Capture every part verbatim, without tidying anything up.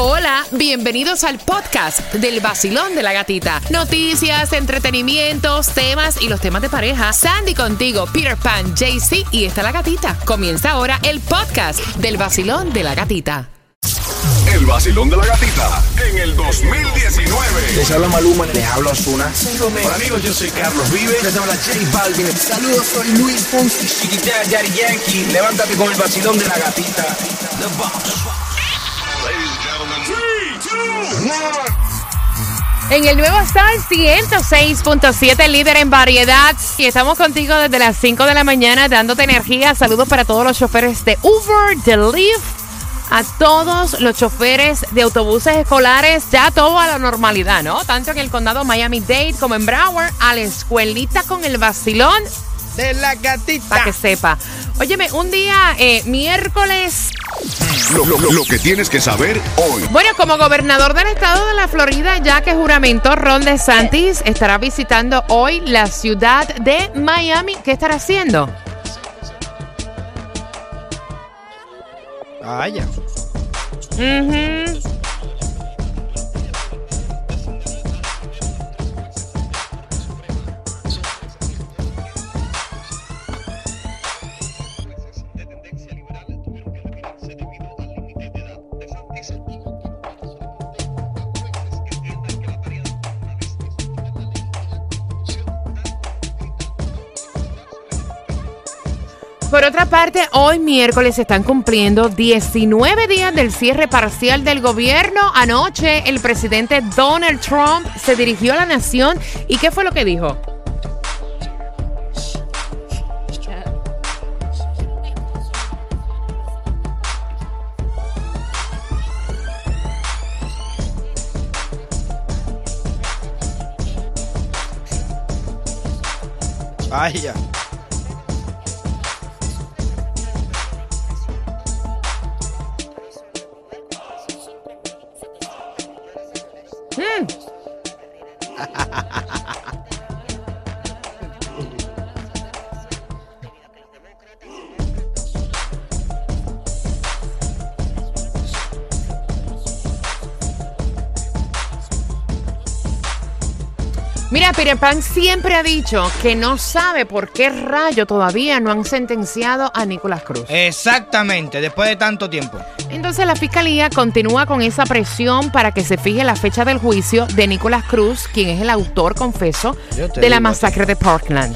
Hola, bienvenidos al podcast del Vacilón de la Gatita. Noticias, entretenimientos, temas y los temas de pareja. Sandy contigo, Peter Pan, J C y está la gatita. Comienza ahora el podcast del Vacilón de la Gatita. El Vacilón de la Gatita en el dos mil diecinueve. Les habla Maluma, les hablo Ozuna. Hola amigos, yo soy Carlos Vives. Les habla J Balvin. Saludos, soy Luis Fonsi, Chiquitea, Daddy Yankee. Levántate con el Vacilón de la Gatita. The Boss. Ladies and gentlemen, three, two, one. En el nuevo Star ciento seis punto siete, líder en variedad. Y estamos contigo desde las cinco de la mañana dándote energía. Saludos para todos los choferes de Uber, de Lyft, a todos los choferes de autobuses escolares, ya todo a la normalidad, ¿no? Tanto en el condado Miami-Dade como en Broward, a la escuelita con el Vacilón de la Gatita. Para que sepa. Óyeme, un día, eh, miércoles... Lo, lo, lo que tienes que saber hoy. Bueno, como gobernador del estado de la Florida, ya que juramentó, Ron DeSantis estará visitando hoy la ciudad de Miami. ¿Qué estará haciendo? Ah, ya. Uh-huh. Por otra parte, hoy miércoles se están cumpliendo diecinueve días del cierre parcial del gobierno. Anoche el presidente Donald Trump se dirigió a la nación. ¿Y qué fue lo que dijo? Vaya. Hmm. Mira, Peter Pan siempre ha dicho que no sabe por qué rayo todavía no han sentenciado a Nicolás Cruz. Exactamente, después de tanto tiempo. Entonces la fiscalía continúa con esa presión para que se fije la fecha del juicio de Nicolás Cruz, quien es el autor, confeso, de la masacre de Parkland.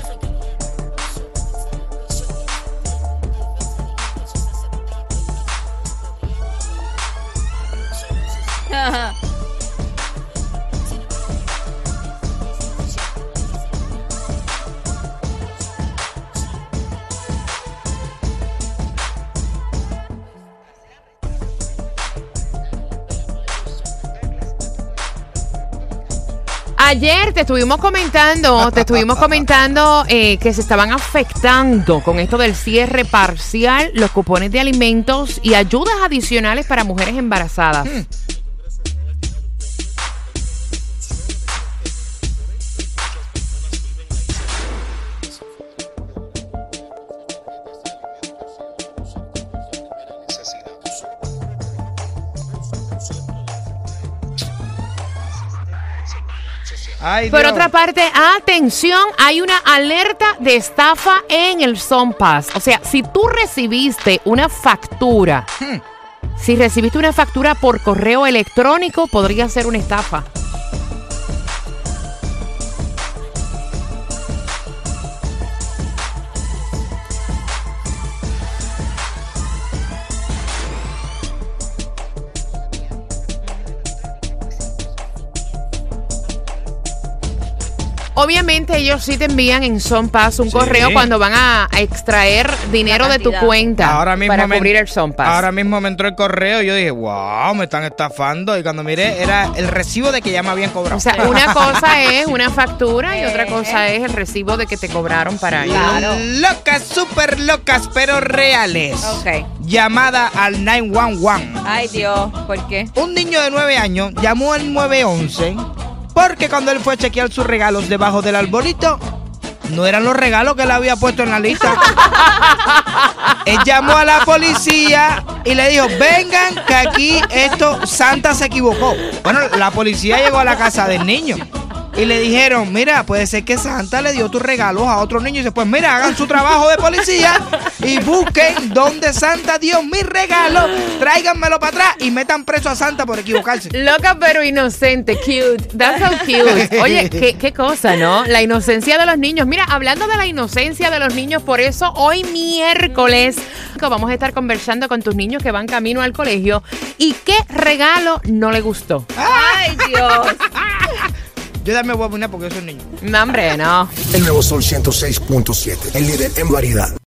Ayer te estuvimos comentando, te estuvimos comentando eh, que se estaban afectando con esto del cierre parcial los cupones de alimentos y ayudas adicionales para mujeres embarazadas. Hmm. Ay, Por Dios. otra parte, atención, hay una alerta de estafa en el SunPass. O sea, si tú recibiste una factura, Hmm. si recibiste una factura por correo electrónico, podría ser una estafa. Obviamente ellos sí te envían en SunPass un Sí. correo cuando van a, a extraer dinero de tu cuenta Ahora mismo para me- cubrir el SunPass. Ahora mismo me entró el correo y yo dije, wow, me están estafando. Y cuando miré, era el recibo de que ya me habían cobrado. O sea, una cosa es una factura y otra cosa es el recibo de que te cobraron para ir. Claro. Locas, súper locas, pero reales. Ok. Llamada al nueve uno uno. Ay, Dios, ¿por qué? Un niño de nueve años llamó al nueve once porque cuando él fue a chequear sus regalos debajo del arbolito, no eran los regalos que él había puesto en la lista. Él llamó a la policía y le dijo, vengan que aquí esto, Santa se equivocó. Bueno, la policía llegó a la casa del niño y le dijeron, mira, puede ser que Santa le dio tus regalos a otros niños. Y dice, pues mira, hagan su trabajo de policía y busquen dónde Santa dio mis regalos, tráiganmelo para atrás y metan preso a Santa por equivocarse. Loca pero inocente, cute. That's so cute. Oye, qué, qué cosa, ¿no? La inocencia de los niños. Mira, hablando de la inocencia de los niños, por eso hoy miércoles vamos a estar conversando con tus niños que van camino al colegio. ¿Y qué regalo no le gustó? ¡Ay, Dios! Yo dame voy a poner porque yo soy un niño. No, hombre, no. El nuevo Sol ciento seis punto siete, el líder en variedad.